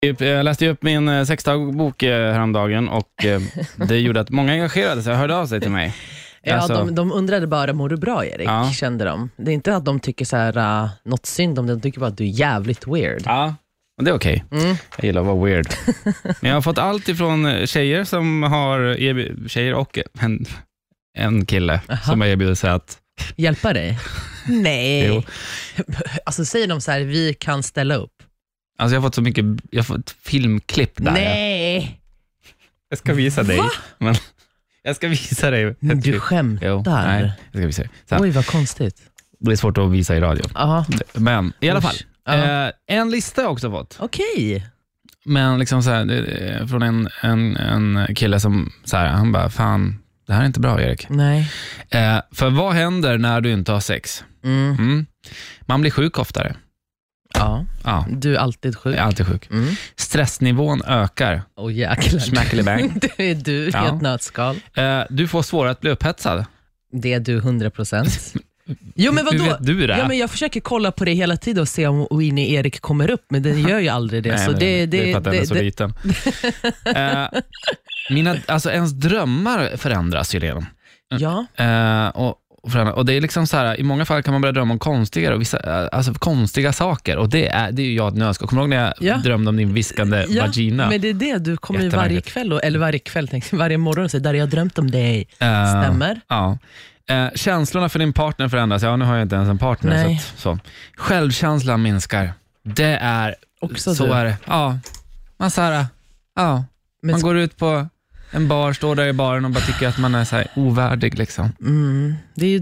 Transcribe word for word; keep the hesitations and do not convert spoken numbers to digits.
Jag läste upp min sexdagbok häromdagen och det gjorde att många engagerade sig och hörde av sig till mig. Ja, alltså... de, de undrade bara, mår du bra, Erik? Ja. Kände de. Det är inte att de tycker så här, uh, något synd om det, de tycker bara att du är jävligt weird. Ja, och det är okej. Okay. Mm. Jag gillar att vara weird. Men jag har fått allt ifrån tjejer som har erbjud... tjejer och en, en kille Aha. som har erbjudit sig att hjälpa dig? Nej. Jo. Alltså säger de så här, vi kan ställa upp. Alltså jag har fått så mycket, jag har fått filmklipp där. Nej. Jag ska visa dig. Va? Men jag ska visa dig. Du skämtar. Jo, nej, jag ska visa dig. Sen, oj, vad konstigt. det är svårt att visa i radio. Aha. Men i alla fall. Uh. Eh, en lista har jag också fått. Okej. Okay. Men liksom så här, det, från en, en, en kille som så här, han bara, fan, det här är inte bra, Erik. Nej. Eh, för vad händer när du inte har sex? Mm. Mm. Man blir sjuk oftare. Ja. Ja. Du är alltid sjuk. Jag är alltid sjuk. Mm. Stressnivån ökar. Åh oh, jäklar. Smäckelibang. Det är du, ja. Helt nötskal. Eh, du får svårare att bli upphetsad. Det är du hundra procent. Jo, men vadå? Hur vet du det? Ja, men jag försöker kolla på det hela tiden och se om Winnie Erik kommer upp, men den gör ju aldrig det. Nej, så det, det, det, det är för att den är så det, liten. eh, mina, alltså ens drömmar förändras ju redan. Ja. Eh, och, och det är liksom så här, i många fall kan man börja drömma om konstiga, och vissa, alltså konstiga saker, och det är, det är ju jag ett nödskal. Kommer du ihåg när jag ja. drömde om din viskande ja, vagina? Men det är det, du kommer ju varje kväll, eller varje kväll, tänkte, varje morgon och säger, där jag drömt om dig. Uh, Stämmer? Ja. Eh, känslorna för din partner förändras. Ja, nu har jag inte ens en partner. Nej. Så, att, så. Självkänslan minskar. Det är också så du. Är det. Ja. Man så här, ja. Man men, går ut på en bar, står där i baren och bara tycker att man är så här ovärdig liksom. Mm, det är ju